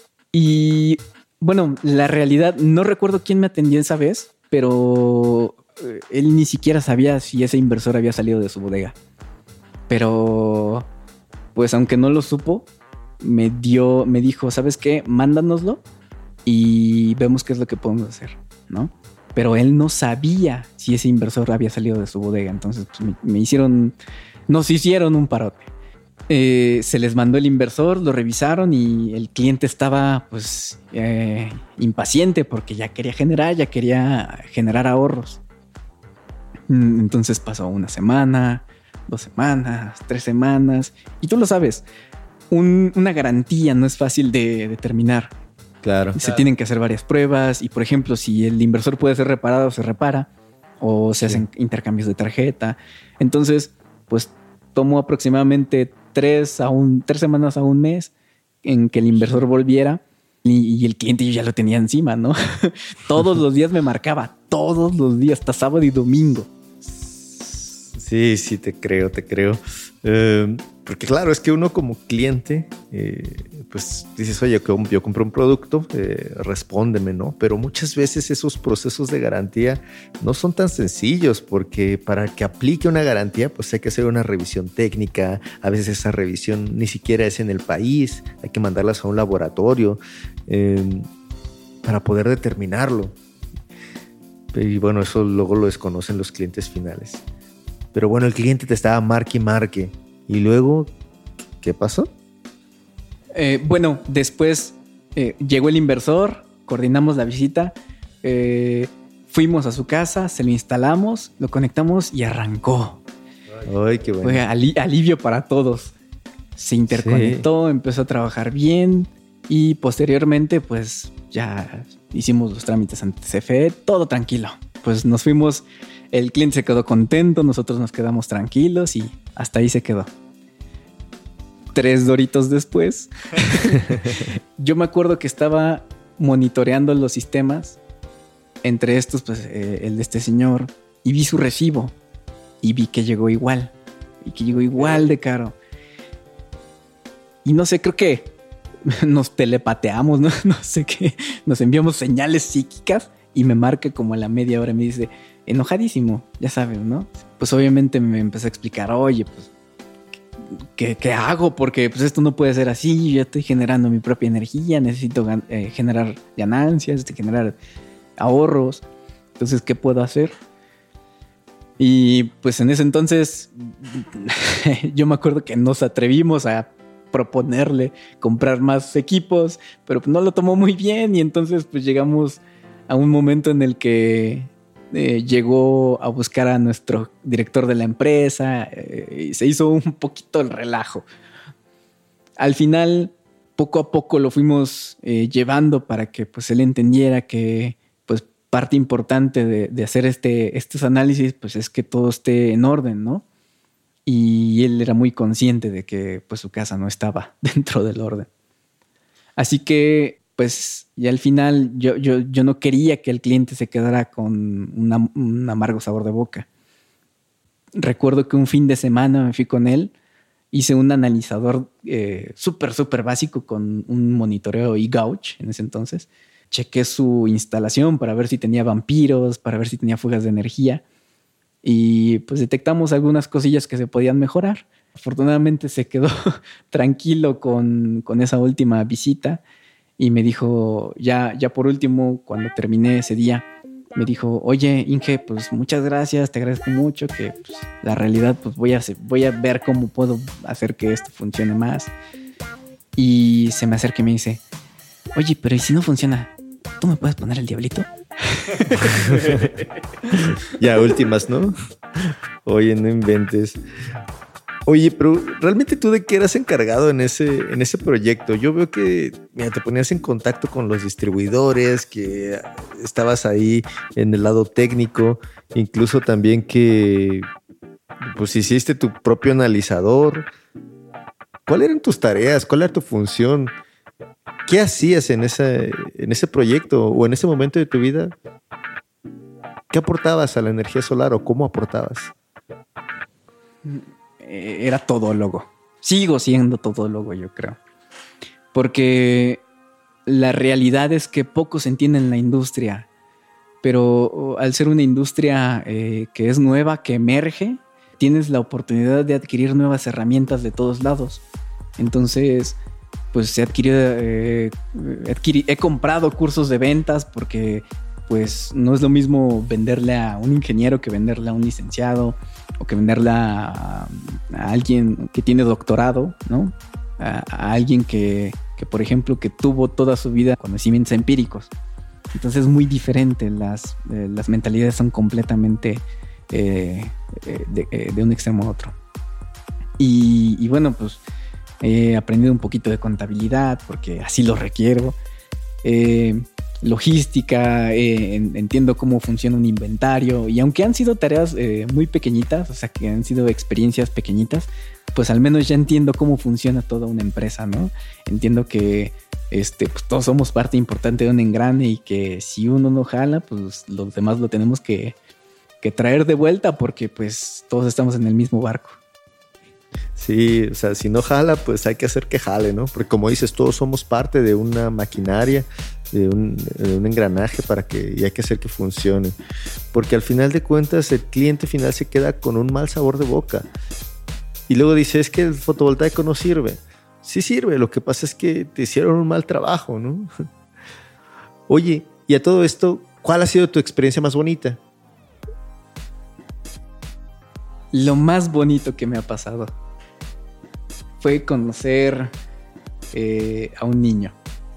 [SPEAKER 9] Y bueno, la realidad, no recuerdo quién me atendió esa vez, pero él ni siquiera sabía si ese inversor había salido de su bodega. Pero, pues aunque no lo supo, me dio, me dijo, ¿sabes qué? Mándanoslo y vemos qué es lo que podemos hacer, ¿no? Pero él no sabía si ese inversor había salido de su bodega. Entonces pues, me, me hicieron, nos hicieron un parote. Eh, se les mandó el inversor, lo revisaron y el cliente estaba pues eh, impaciente porque ya quería generar, ya quería generar ahorros. Entonces pasó una semana, dos semanas, tres semanas. Y tú lo sabes, un, una garantía no es fácil de, de terminar.
[SPEAKER 8] Claro.
[SPEAKER 9] Se
[SPEAKER 8] claro.
[SPEAKER 9] tienen que hacer varias pruebas y, por ejemplo, si el inversor puede ser reparado, se repara o se sí. hacen intercambios de tarjeta. Entonces, pues tomó aproximadamente tres, a un, tres semanas a un mes en que el inversor volviera y, y el cliente yo ya lo tenía encima, ¿no? Todos los días me marcaba, todos los días, hasta sábado y domingo.
[SPEAKER 8] Sí, sí, te creo, te creo. Eh, porque claro, es que uno como cliente, eh, pues dices, oye, yo, yo compré un producto, eh, respóndeme, ¿no? Pero muchas veces esos procesos de garantía no son tan sencillos porque para que aplique una garantía, pues hay que hacer una revisión técnica. A veces esa revisión ni siquiera es en el país, hay que mandarlas a un laboratorio eh, para poder determinarlo. Y bueno, eso luego lo desconocen los clientes finales. Pero bueno, el cliente te estaba marque y marque. ¿Y luego qué pasó?
[SPEAKER 9] Eh, bueno, después eh, llegó el inversor, coordinamos la visita, eh, fuimos a su casa, se lo instalamos, lo conectamos y arrancó.
[SPEAKER 8] Ay, qué bueno.
[SPEAKER 9] Fue ali- alivio para todos. Se interconectó, sí. Empezó a trabajar bien y posteriormente pues ya hicimos los trámites ante C F E, todo tranquilo. Pues nos fuimos... El cliente se quedó contento, nosotros nos quedamos tranquilos y hasta ahí se quedó. Tres doritos después, yo me acuerdo que estaba monitoreando los sistemas, entre estos, pues eh, el de este señor, y vi su recibo y vi que llegó igual, y que llegó igual de caro. Y no sé, creo que nos telepateamos, ¿no? No sé qué, nos enviamos señales psíquicas y me marca como a la media hora y me dice... enojadísimo, ya sabes, ¿no? Pues obviamente me empecé a explicar, oye, pues, ¿qué, qué hago? Porque pues esto no puede ser así, yo ya estoy generando mi propia energía, necesito gan- eh, generar ganancias, generar ahorros, entonces, ¿qué puedo hacer? Y pues en ese entonces, yo me acuerdo que nos atrevimos a proponerle comprar más equipos, pero no lo tomó muy bien y entonces pues llegamos a un momento en el que Eh, llegó a buscar a nuestro director de la empresa eh, y se hizo un poquito el relajo. Al final, poco a poco lo fuimos eh, llevando para que pues, él entendiera que pues, parte importante de, de hacer este, estos análisis pues, es que todo esté en orden, ¿no? Y él era muy consciente de que pues, su casa no estaba dentro del orden. Así que pues y al final yo, yo, yo no quería que el cliente se quedara con una, un amargo sabor de boca. Recuerdo que un fin de semana me fui con él, hice un analizador eh, súper, súper básico con un monitoreo e-gauge en ese entonces. Chequé su instalación para ver si tenía vampiros, para ver si tenía fugas de energía y pues detectamos algunas cosillas que se podían mejorar. Afortunadamente se quedó tranquilo con, con esa última visita. Y me dijo, ya, ya por último, cuando terminé ese día, me dijo, oye, Inge, pues muchas gracias, te agradezco mucho, que pues, la realidad, pues voy a, hacer, voy a ver cómo puedo hacer que esto funcione más. Y se me acerca y me dice, oye, pero ¿y si no funciona? ¿Tú me puedes poner el diablito?
[SPEAKER 8] Ya últimas, ¿no? Oye, no inventes. Oye, pero ¿realmente tú de qué eras encargado en ese, en ese proyecto? Yo veo que mira, te ponías en contacto con los distribuidores, que estabas ahí en el lado técnico, incluso también que pues hiciste tu propio analizador. ¿Cuáles eran tus tareas? ¿Cuál era tu función? ¿Qué hacías en ese, en ese proyecto o en ese momento de tu vida? ¿Qué aportabas a la energía solar o cómo aportabas?
[SPEAKER 9] Era todólogo. Sigo siendo todólogo, yo creo. Porque la realidad es que poco se entiende en la industria. Pero al ser una industria eh, que es nueva, que emerge, tienes la oportunidad de adquirir nuevas herramientas de todos lados. Entonces, pues he adquirido, eh, adquiri- he comprado cursos de ventas porque pues no es lo mismo venderle a un ingeniero que venderle a un licenciado o que venderle a, a alguien que tiene doctorado, ¿no? A, a alguien que, que, por ejemplo, que tuvo toda su vida conocimientos empíricos. Entonces es muy diferente, las, eh, las mentalidades son completamente eh, de, eh, de un extremo a otro. Y, y bueno, pues he aprendido un poquito de contabilidad porque así lo requiero. Eh, logística, eh, entiendo cómo funciona un inventario, y aunque han sido tareas eh, muy pequeñitas, o sea que han sido experiencias pequeñitas, pues al menos ya entiendo cómo funciona toda una empresa, ¿no? Entiendo que este, pues todos somos parte importante de un engrane y que si uno no jala, pues los demás lo tenemos que, que traer de vuelta porque pues todos estamos en el mismo barco.
[SPEAKER 8] Sí, o sea, si no jala, pues hay que hacer que jale, ¿no? Porque como dices, todos somos parte de una maquinaria, de un, de un engranaje para que, y hay que hacer que funcione. Porque al final de cuentas, el cliente final se queda con un mal sabor de boca. Y luego dice, es que el fotovoltaico no sirve. Sí sirve, lo que pasa es que te hicieron un mal trabajo, ¿no? Oye, y a todo esto, ¿cuál ha sido tu experiencia más bonita?
[SPEAKER 9] Lo más bonito que me ha pasado fue conocer eh, a un niño.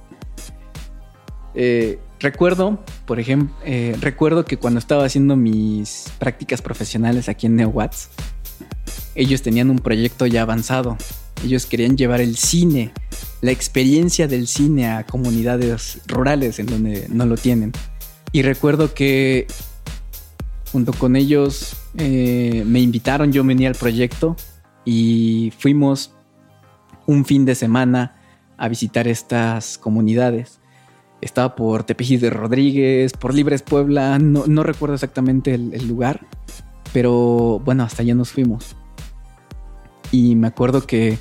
[SPEAKER 9] Eh, recuerdo, por ejemplo, eh, recuerdo que cuando estaba haciendo mis prácticas profesionales aquí en NeoWatts, ellos tenían un proyecto ya avanzado. Ellos querían llevar el cine, la experiencia del cine a comunidades rurales en donde no lo tienen. Y recuerdo que junto con ellos eh, me invitaron, yo venía al proyecto y fuimos un fin de semana a visitar estas comunidades. Estaba por Tepeji de Rodríguez, por Libres Puebla, no, no recuerdo exactamente el, el lugar, pero bueno, hasta allá nos fuimos. Y me acuerdo que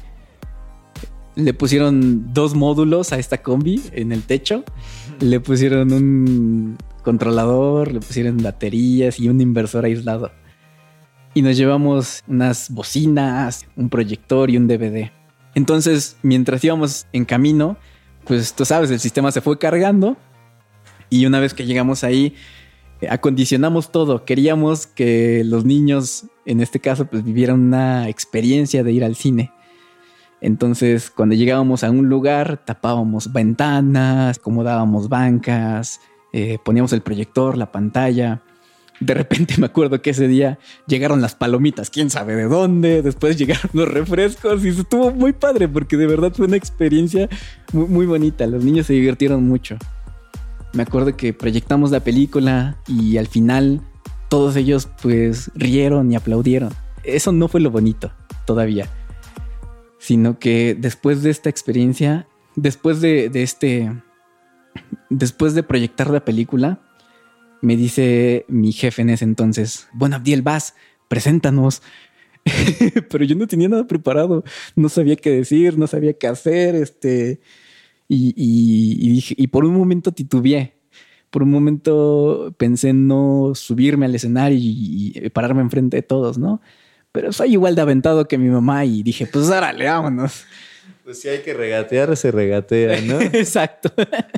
[SPEAKER 9] le pusieron dos módulos a esta combi en el techo, le pusieron un controlador, le pusieron baterías y un inversor aislado. Y nos llevamos unas bocinas, un proyector y un D V D. Entonces, mientras íbamos en camino, pues tú sabes, el sistema se fue cargando y una vez que llegamos ahí, acondicionamos todo. Queríamos que los niños, en este caso, pues vivieran una experiencia de ir al cine. Entonces, cuando llegábamos a un lugar, tapábamos ventanas, acomodábamos bancas, eh, poníamos el proyector, la pantalla. De repente me acuerdo que ese día llegaron las palomitas, quién sabe de dónde, después llegaron los refrescos y estuvo muy padre porque de verdad fue una experiencia muy, muy bonita. Los niños se divirtieron mucho. Me acuerdo que proyectamos la película y al final todos ellos pues rieron y aplaudieron. Eso no fue lo bonito todavía, sino que después de esta experiencia, después de, de este, después de proyectar la película, me dice mi jefe en ese entonces, bueno, Abdiel, vas, preséntanos. Pero yo no tenía nada preparado, no sabía qué decir, no sabía qué hacer, este, y, y, y, dije, y por un momento titubeé. Por un momento pensé en no subirme al escenario y, y pararme enfrente de todos, ¿no? Pero soy igual de aventado que mi mamá y dije, pues órale, vámonos.
[SPEAKER 8] Pues si hay que regatear, se regatea, ¿no?
[SPEAKER 9] Exacto.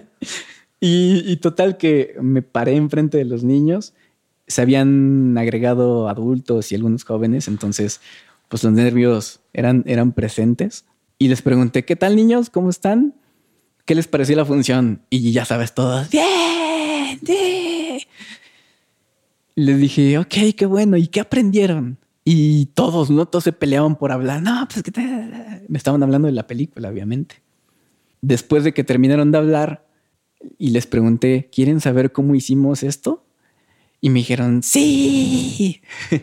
[SPEAKER 9] Y, y total que me paré enfrente de los niños. Se habían agregado adultos y algunos jóvenes, entonces pues los nervios eran, eran presentes. Y les pregunté, ¿qué tal, niños? ¿Cómo están? ¿Qué les pareció la función? Y ya sabes, todos, ¡bien! ¡Sí! Les dije, ok, qué bueno. ¿Y qué aprendieron? Y todos, ¿no? Todos se peleaban por hablar. No, pues que te... me estaban hablando de la película, obviamente. Después de que terminaron de hablar y les pregunté, ¿quieren saber cómo hicimos esto? Y me dijeron, ¡sí!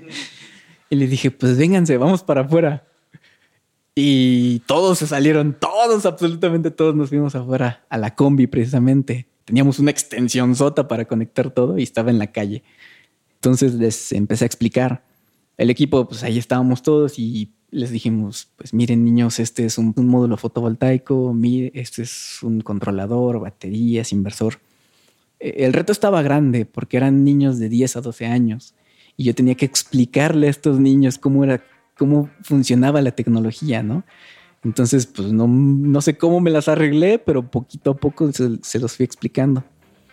[SPEAKER 9] Y les dije, pues vénganse, vamos para afuera. Y todos se salieron, todos, absolutamente todos nos fuimos afuera a la combi precisamente. Teníamos una extensión sota para conectar todo y estaba en la calle. Entonces les empecé a explicar. El equipo, pues ahí estábamos todos y les dijimos, pues miren niños, este es un, un módulo fotovoltaico, mire, este es un controlador, baterías, inversor. El reto estaba grande porque eran niños de diez a doce años y yo tenía que explicarle a estos niños cómo era, cómo funcionaba la tecnología, ¿no? Entonces, pues no, no sé cómo me las arreglé, pero poquito a poco se, se los fui explicando.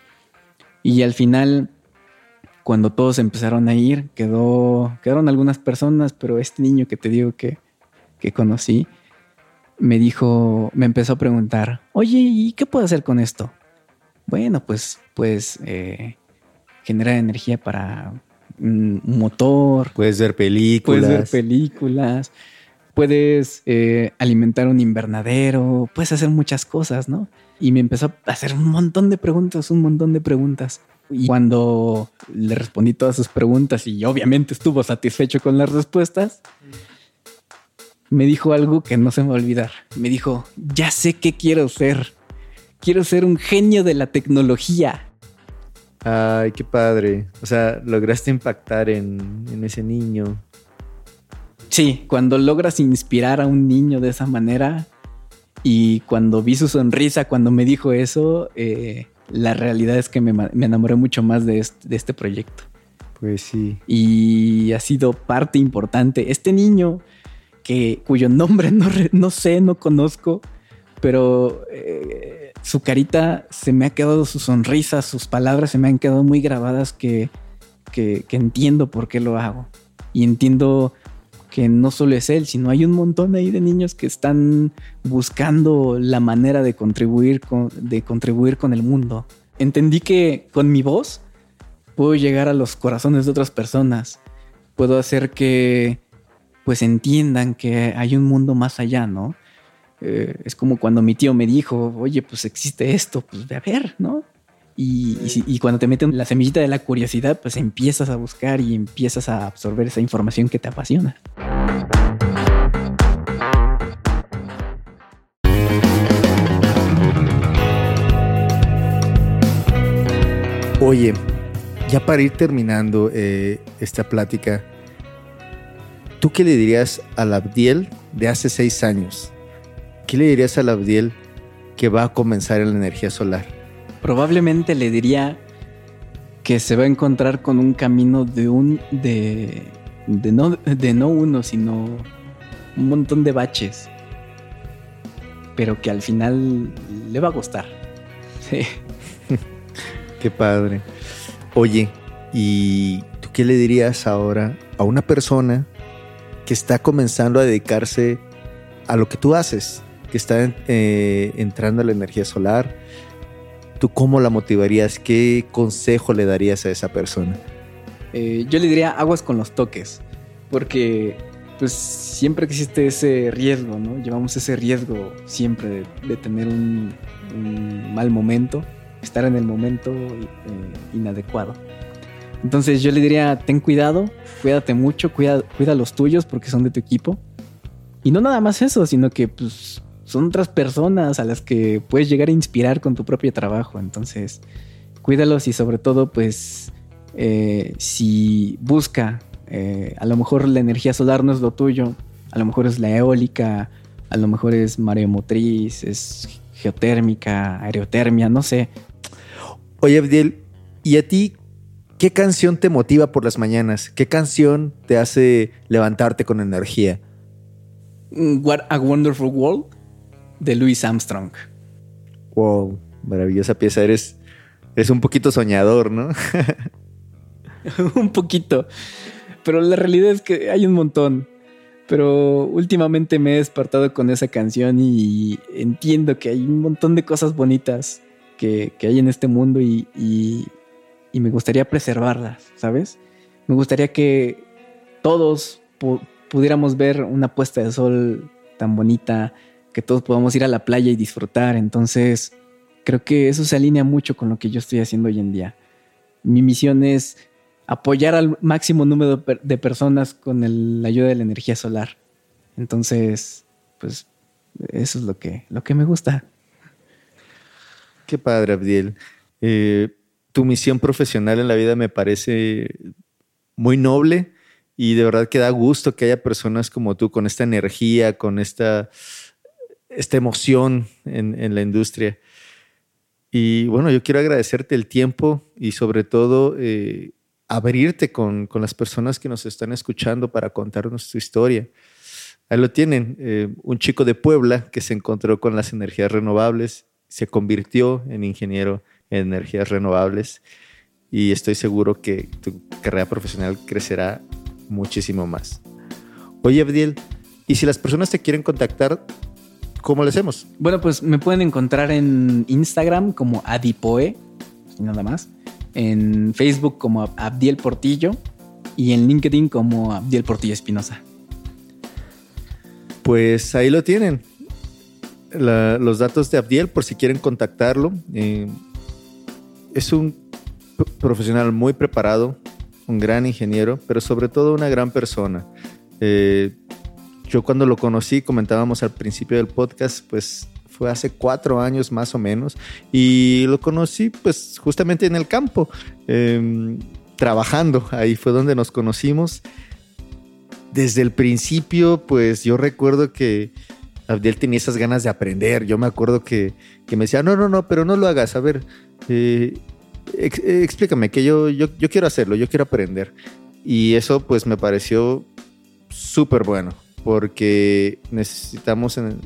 [SPEAKER 9] Y al final, cuando todos empezaron a ir, quedó, quedaron algunas personas, pero este niño que te digo que, que conocí, me dijo, me empezó a preguntar, oye, ¿y qué puedo hacer con esto? Bueno, pues, pues eh, generar energía para un motor.
[SPEAKER 8] Puedes ver películas.
[SPEAKER 9] Puedes ver películas. Puedes eh, alimentar un invernadero. Puedes hacer muchas cosas, ¿no? Y me empezó a hacer un montón de preguntas, un montón de preguntas. Y cuando le respondí todas sus preguntas y obviamente estuvo satisfecho con las respuestas, me dijo algo que no se me va a olvidar. Me dijo, ya sé qué quiero ser. Quiero ser un genio de la tecnología.
[SPEAKER 8] Ay, qué padre. O sea, lograste impactar en, en ese niño.
[SPEAKER 9] Sí, cuando logras inspirar a un niño de esa manera y cuando vi su sonrisa cuando me dijo eso, eh, la realidad es que me, me enamoré mucho más de este, de este proyecto.
[SPEAKER 8] Pues sí.
[SPEAKER 9] Y ha sido parte importante. Este niño que, cuyo nombre no, no sé, no conozco, pero eh, su carita se me ha quedado, su sonrisa, sus palabras se me han quedado muy grabadas que, que, que entiendo por qué lo hago. Y entiendo que no solo es él, sino hay un montón ahí de niños que están buscando la manera de contribuir con, de contribuir con el mundo. Entendí que con mi voz puedo llegar a los corazones de otras personas. Puedo hacer que pues entiendan que hay un mundo más allá, ¿no? Eh, es como cuando mi tío me dijo, oye, pues existe esto, pues ve a ver, ¿no? Y, y, y cuando te meten la semillita de la curiosidad, pues empiezas a buscar y empiezas a absorber esa información que te apasiona.
[SPEAKER 8] Oye, ya para ir terminando eh, esta plática, ¿tú qué le dirías al Abdiel de hace seis años? ¿Qué le dirías al Abdiel que va a comenzar en la energía solar?
[SPEAKER 9] Probablemente le diría que se va a encontrar con un camino de un de, de, no, de no uno, sino un montón de baches, pero que al final le va a gustar. Sí.
[SPEAKER 8] Qué padre. Oye, ¿y tú qué le dirías ahora a una persona que está comenzando a dedicarse a lo que tú haces, que está eh, entrando a la energía solar? ¿Tú cómo la motivarías? ¿Qué consejo le darías a esa persona?
[SPEAKER 9] Eh, yo le diría aguas con los toques, porque pues siempre existe ese riesgo, ¿no? Llevamos ese riesgo siempre de, de tener un, un mal momento, estar en el momento eh, inadecuado. Entonces yo le diría, ten cuidado, cuídate mucho, cuida, cuida los tuyos porque son de tu equipo. Y no nada más eso, sino que pues son otras personas a las que puedes llegar a inspirar con tu propio trabajo. Entonces, cuídalos y sobre todo, pues, eh, si busca, eh, a lo mejor la energía solar no es lo tuyo, a lo mejor es la eólica, a lo mejor es mareomotriz, es geotérmica, aerotermia, no sé.
[SPEAKER 8] Oye, Abdiel, ¿y a ti qué canción te motiva por las mañanas? ¿Qué canción te hace levantarte con energía?
[SPEAKER 9] What a Wonderful World, de Louis Armstrong.
[SPEAKER 8] Wow, maravillosa pieza. Eres, eres un poquito soñador, ¿no?
[SPEAKER 9] Un poquito. Pero la realidad es que hay un montón. Pero últimamente me he despertado con esa canción y entiendo que hay un montón de cosas bonitas que, que hay en este mundo y, y, y me gustaría preservarlas, ¿sabes? Me gustaría que todos pu- pudiéramos ver una puesta de sol tan bonita, que todos podamos ir a la playa y disfrutar. Entonces, creo que eso se alinea mucho con lo que yo estoy haciendo hoy en día. Mi misión es apoyar al máximo número de personas con el, la ayuda de la energía solar. Entonces, pues, eso es lo que, lo que me gusta.
[SPEAKER 8] Qué padre, Abdiel. Eh, tu misión profesional en la vida me parece muy noble y de verdad que da gusto que haya personas como tú con esta energía, con esta, esta emoción en, en la industria. Y bueno, yo quiero agradecerte el tiempo y sobre todo eh, abrirte con, con las personas que nos están escuchando para contarnos tu historia. Ahí lo tienen, eh, un chico de Puebla que se encontró con las energías renovables, se convirtió en ingeniero en energías renovables y estoy seguro que tu carrera profesional crecerá muchísimo más. Oye, Abdiel, ¿y si las personas te quieren contactar, cómo lo hacemos?
[SPEAKER 9] Bueno, pues me pueden encontrar en Instagram como Adipoe, y nada más. En Facebook como Abdiel Portillo y en LinkedIn como Abdiel Portillo Espinosa.
[SPEAKER 8] Pues ahí lo tienen. La, los datos de Abdiel por si quieren contactarlo. Eh, es un p- profesional muy preparado, un gran ingeniero, pero sobre todo una gran persona. Eh, yo cuando lo conocí, comentábamos al principio del podcast, pues fue hace cuatro años más o menos, y lo conocí pues justamente en el campo, eh, trabajando. Ahí fue donde nos conocimos. Desde el principio, pues yo recuerdo que Abdiel tenía esas ganas de aprender. Yo me acuerdo que, que me decía, no, no, no, pero no lo hagas. A ver, eh, ex, eh, explícame, que yo, yo, yo quiero hacerlo, yo quiero aprender. Y eso pues me pareció súper bueno, porque necesitamos en,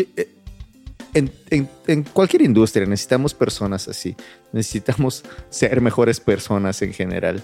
[SPEAKER 8] en, en, en cualquier industria, necesitamos personas así. Necesitamos ser mejores personas en general.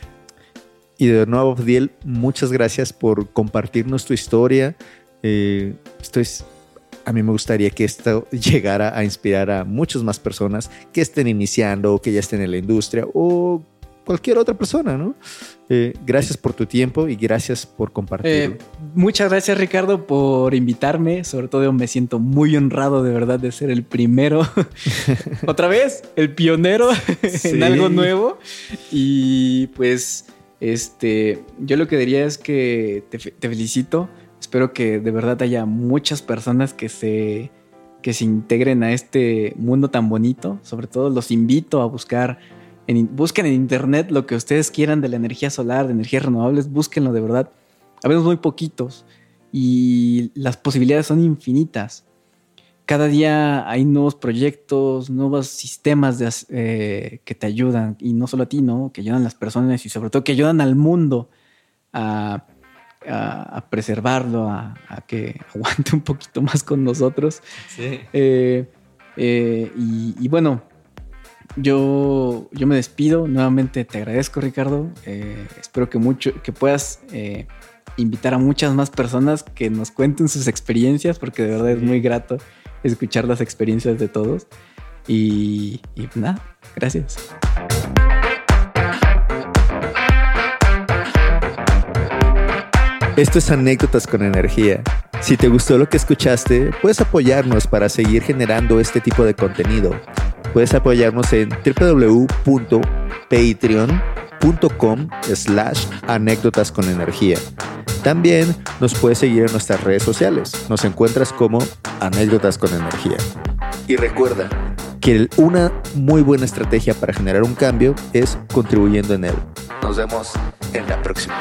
[SPEAKER 8] Y de nuevo, Abdiel, muchas gracias por compartirnos tu historia. Eh, estoy, a mí me gustaría que esto llegara a inspirar a muchas más personas que estén iniciando o que ya estén en la industria o cualquier otra persona, ¿no? Eh, gracias por tu tiempo y gracias por compartirlo.
[SPEAKER 9] Eh, muchas gracias, Ricardo, por invitarme. Sobre todo me siento muy honrado de verdad de ser el primero. Otra vez, el pionero sí. en algo nuevo. Y pues este, yo lo que diría es que te, te felicito. Espero que de verdad haya muchas personas que se, que se integren a este mundo tan bonito. Sobre todo los invito a buscar, en, busquen en internet lo que ustedes quieran de la energía solar, de energías renovables, búsquenlo de verdad. Habemos muy poquitos y las posibilidades son infinitas. Cada día hay nuevos proyectos, nuevos sistemas de, eh, que te ayudan, y no solo a ti, ¿no? Que ayudan a las personas y sobre todo que ayudan al mundo a... A, a preservarlo, a, a que aguante un poquito más con nosotros.
[SPEAKER 8] Sí.
[SPEAKER 9] Eh, eh, y, y bueno, yo, yo me despido. Nuevamente te agradezco, Ricardo. Eh, espero que, mucho, que puedas eh, invitar a muchas más personas que nos cuenten sus experiencias, porque de verdad sí. es muy grato escuchar las experiencias de todos. Y, y nada, gracias.
[SPEAKER 8] Esto es Anécdotas con Energía. Si te gustó lo que escuchaste, puedes apoyarnos para seguir generando este tipo de contenido. Puedes apoyarnos en www.patreon.com slash anécdotas con energía. También nos puedes seguir en nuestras redes sociales. Nos encuentras como Anécdotas con Energía. Y recuerda que una muy buena estrategia para generar un cambio es contribuyendo en él. Nos vemos en la próxima.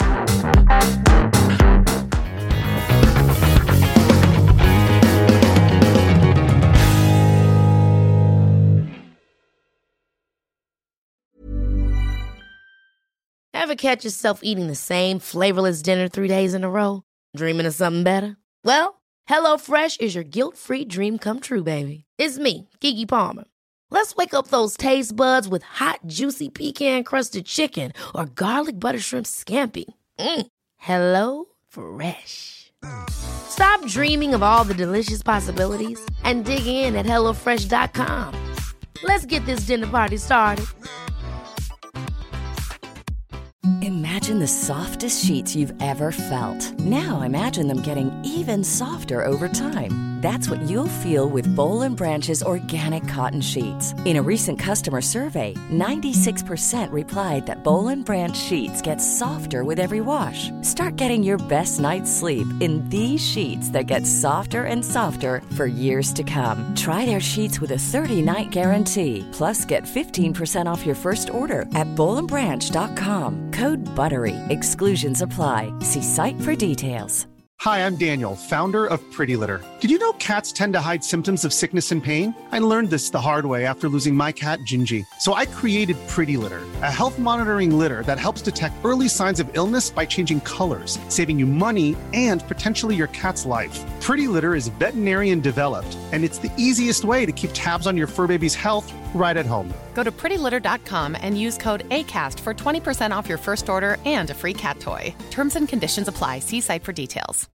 [SPEAKER 10] Ever catch yourself eating the same flavorless dinner three days in a row? Dreaming of something better? Well, HelloFresh is your guilt-free dream come true, baby. It's me, Keke Palmer. Let's wake up those taste buds with hot, juicy pecan-crusted chicken or garlic butter shrimp scampi. Mm. Hello Fresh. Stop dreaming of all the delicious possibilities and dig in at hello fresh dot com. Let's get this dinner party started.
[SPEAKER 11] Imagine imagine the softest sheets you've ever felt. Now imagine them getting even softer over time. That's what you'll feel with Boll and Branch's organic cotton sheets. In a recent customer survey, ninety-six percent replied that Boll and Branch sheets get softer with every wash. Start getting your best night's sleep in these sheets that get softer and softer for years to come. Try their sheets with a thirty-night guarantee. Plus, get fifteen percent off your first order at boll and branch dot com. Code BUTTERY. Exclusions apply. See site for details.
[SPEAKER 12] Hi, I'm Daniel, founder of Pretty Litter. Did you know cats tend to hide symptoms of sickness and pain? I learned this the hard way after losing my cat, Gingy. So I created Pretty Litter, a health monitoring litter that helps detect early signs of illness by changing colors, saving you money and potentially your cat's life. Pretty Litter is veterinarian developed, and it's the easiest way to keep tabs on your fur baby's health right at home.
[SPEAKER 7] Go to pretty litter dot com and use code ACAST for twenty percent off your first order and a free cat toy. Terms and conditions apply. See site for details.